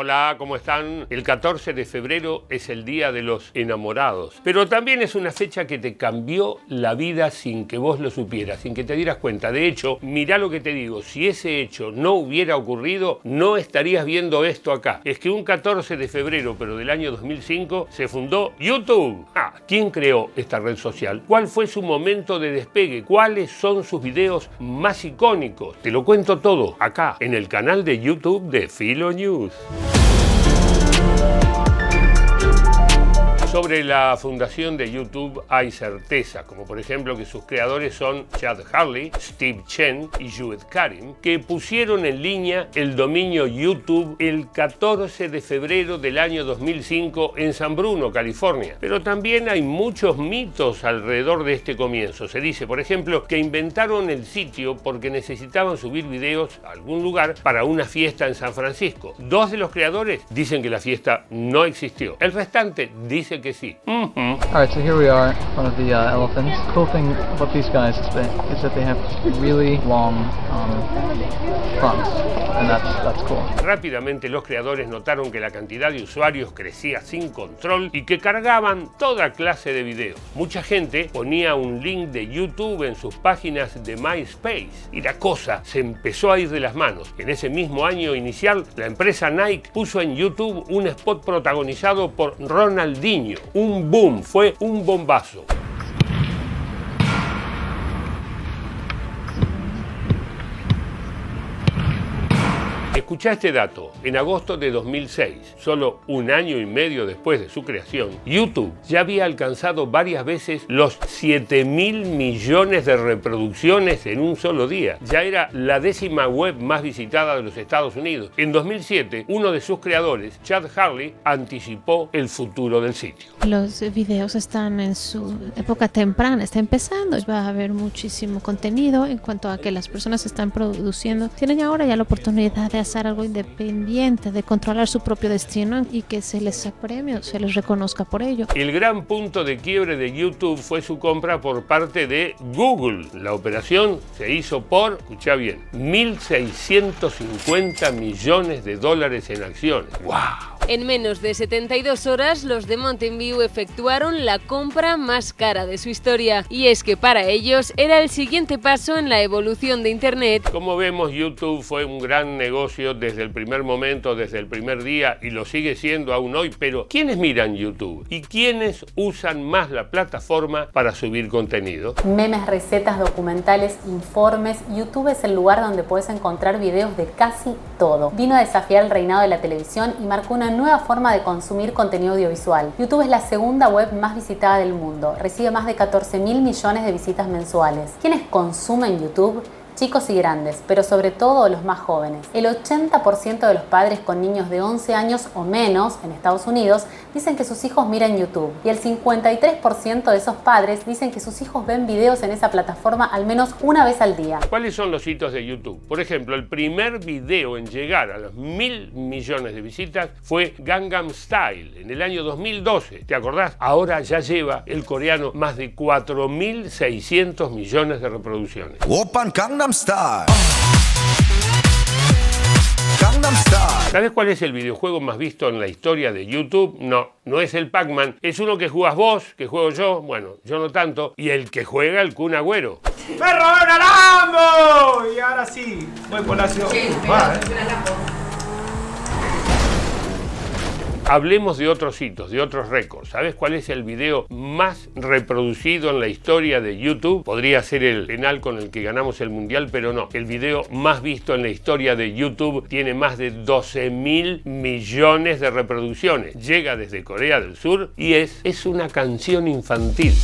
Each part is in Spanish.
Hola, ¿cómo están? El 14 de febrero es el Día de los Enamorados, pero también es una fecha que te cambió la vida sin que vos lo supieras, sin que te dieras cuenta. De hecho, mirá lo que te digo, si ese hecho no hubiera ocurrido, no estarías viendo esto acá. Es que un 14 de febrero, pero del año 2005, se fundó YouTube. ¿Quién creó esta red social? ¿Cuál fue su momento de despegue? ¿Cuáles son sus videos más icónicos? Te lo cuento todo acá, en el canal de YouTube de Filonews. Sobre la fundación de YouTube hay certeza, como por ejemplo que sus creadores son Chad Hurley, Steve Chen y Jawed Karim, que pusieron en línea el dominio YouTube el 14 de febrero del año 2005 en San Bruno, California. Pero también hay muchos mitos alrededor de este comienzo. Se dice, por ejemplo, que inventaron el sitio porque necesitaban subir videos a algún lugar para una fiesta en San Francisco. Dos de los creadores dicen que la fiesta no existió. El restante dice que sí. Alright, so here we are in front of the elephants. The cool thing about these guys is that they have really long fronts, and that's cool. Rápidamente los creadores notaron que la cantidad de usuarios crecía sin control y que cargaban toda clase de videos. Mucha gente ponía un link de YouTube en sus páginas de MySpace y la cosa se empezó a ir de las manos. En ese mismo año inicial, la empresa Nike puso en YouTube un spot protagonizado por Ronaldinho. Un boom, fue un bombazo. Escuchá este dato. En agosto de 2006, solo un año y medio después de su creación, YouTube ya había alcanzado varias veces los 7.000 millones de reproducciones en un solo día. Ya era la 10ª web más visitada de los Estados Unidos. En 2007, uno de sus creadores, Chad Hurley, anticipó el futuro del sitio. Los videos están en su época temprana, está empezando. Va a haber muchísimo contenido en cuanto a que las personas están produciendo. Tienen ahora ya la oportunidad de hacer algo independiente, de controlar su propio destino y que se les apremie, se les reconozca por ello. El gran punto de quiebre de YouTube fue su compra por parte de Google. La operación se hizo por, escuchá bien, 1.650 millones de dólares en acciones. ¡Wow! En menos de 72 horas, los de Mountain View efectuaron la compra más cara de su historia. Y es que para ellos era el siguiente paso en la evolución de Internet. Como vemos, YouTube fue un gran negocio desde el primer momento, desde el primer día, y lo sigue siendo aún hoy. Pero, ¿quiénes miran YouTube? ¿Y quiénes usan más la plataforma para subir contenido? Memes, recetas, documentales, informes. YouTube es el lugar donde puedes encontrar videos de casi todo. Vino a desafiar el reinado de la televisión y marcó una nueva forma de consumir contenido audiovisual. YouTube es la segunda web más visitada del mundo. Recibe más de 14.000 millones de visitas mensuales. ¿Quiénes consumen YouTube? Chicos y grandes, pero sobre todo los más jóvenes. El 80% de los padres con niños de 11 años o menos en Estados Unidos dicen que sus hijos miran YouTube. Y el 53% de esos padres dicen que sus hijos ven videos en esa plataforma al menos una vez al día. ¿Cuáles son los hitos de YouTube? Por ejemplo, el primer video en llegar a los 1.000 millones de visitas fue Gangnam Style en el año 2012. ¿Te acordás? Ahora ya lleva el coreano más de 4.600 millones de reproducciones. Open Gangnam Style. Gangnam Style. ¿Sabes cuál es el videojuego más visto en la historia de YouTube? No es el Pac-Man. Es uno que jugás vos, que juego yo, bueno, yo no tanto, y el que juega el Kun Agüero. ¡Me robé una Lambo! Y ahora sí, voy por la ciudad. Sí, Hablemos de otros hitos, de otros récords. ¿Sabes cuál es el video más reproducido en la historia de YouTube? Podría ser el penal con el que ganamos el mundial, pero no. El video más visto en la historia de YouTube tiene más de 12.000 millones de reproducciones. Llega desde Corea del Sur y es una canción infantil.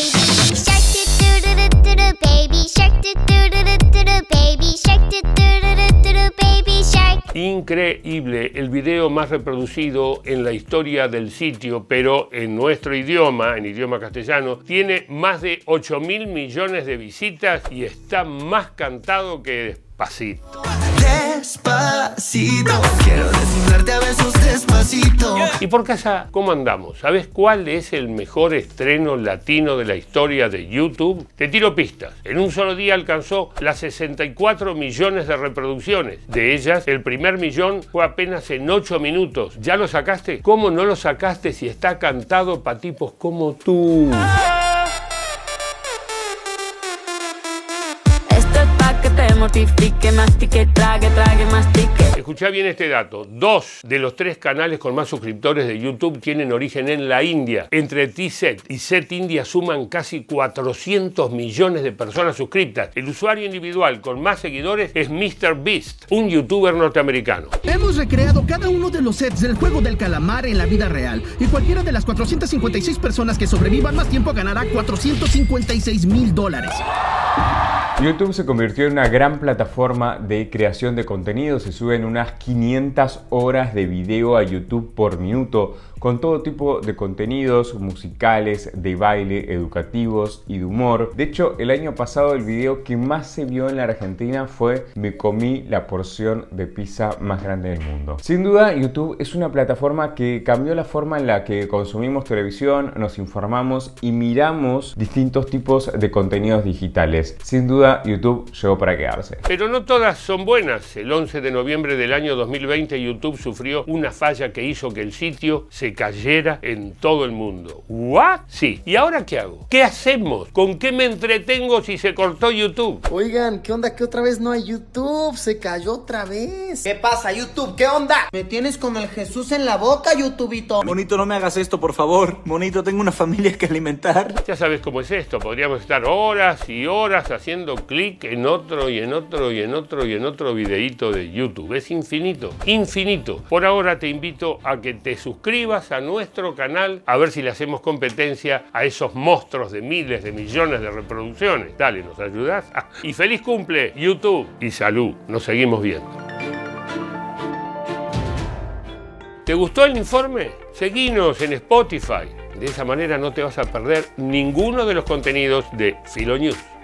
Increíble, el video más reproducido en la historia del sitio, pero en nuestro idioma, en idioma castellano, tiene más de 8.000 millones de visitas y está más cantado que Despacito. Despacito, quiero desnudarte a besos despacito. Y por casa, ¿cómo andamos? ¿Sabes cuál es el mejor estreno latino de la historia de YouTube? Te tiro pistas. En un solo día alcanzó las 64 millones de reproducciones. De ellas, el primer millón fue apenas en 8 minutos. ¿Ya lo sacaste? ¿Cómo no lo sacaste si está cantado para tipos como tú? Mortifique, mastique, trague, mastique. Escuchá bien este dato. 2 de los 3 canales con más suscriptores de YouTube tienen origen en la India. Entre T-Set y Set India suman casi 400 millones de personas suscriptas. El usuario individual con más seguidores es MrBeast, un youtuber norteamericano. Hemos recreado cada uno de los sets del juego del calamar en la vida real. Y cualquiera de las 456 personas que sobrevivan más tiempo ganará $456,000. YouTube se convirtió en una gran plataforma de creación de contenido. Se suben unas 500 horas de video a YouTube por minuto, con todo tipo de contenidos musicales, de baile, educativos y de humor. De hecho, el año pasado el video que más se vio en la Argentina fue "Me comí la porción de pizza más grande del mundo". Sin duda, YouTube es una plataforma que cambió la forma en la que consumimos televisión, nos informamos y miramos distintos tipos de contenidos digitales. Sin duda, YouTube llegó para quedarse. Pero no todas son buenas. El 11 de noviembre del año 2020, YouTube sufrió una falla que hizo que el sitio se cayera en todo el mundo. ¿What? Sí. ¿Y ahora qué hago? ¿Qué hacemos? ¿Con qué me entretengo si se cortó YouTube? Oigan, ¿qué onda? ¿Que otra vez no hay YouTube? Se cayó otra vez. ¿Qué pasa, YouTube? ¿Qué onda? Me tienes con el Jesús en la boca, YouTubito. Monito, no me hagas esto, por favor. Monito, tengo una familia que alimentar. Ya sabes cómo es esto. Podríamos estar horas y horas haciendo clic en otro y en otro y en otro y en otro videíto de YouTube. Es infinito, infinito. Por ahora te invito a que te suscribas a nuestro canal a ver si le hacemos competencia a esos monstruos de miles de millones de reproducciones. Dale, ¿nos ayudas? Y feliz cumple, YouTube. Y salud. Nos seguimos viendo. ¿Te gustó el informe? Seguinos en Spotify. De esa manera no te vas a perder ninguno de los contenidos de Filonews.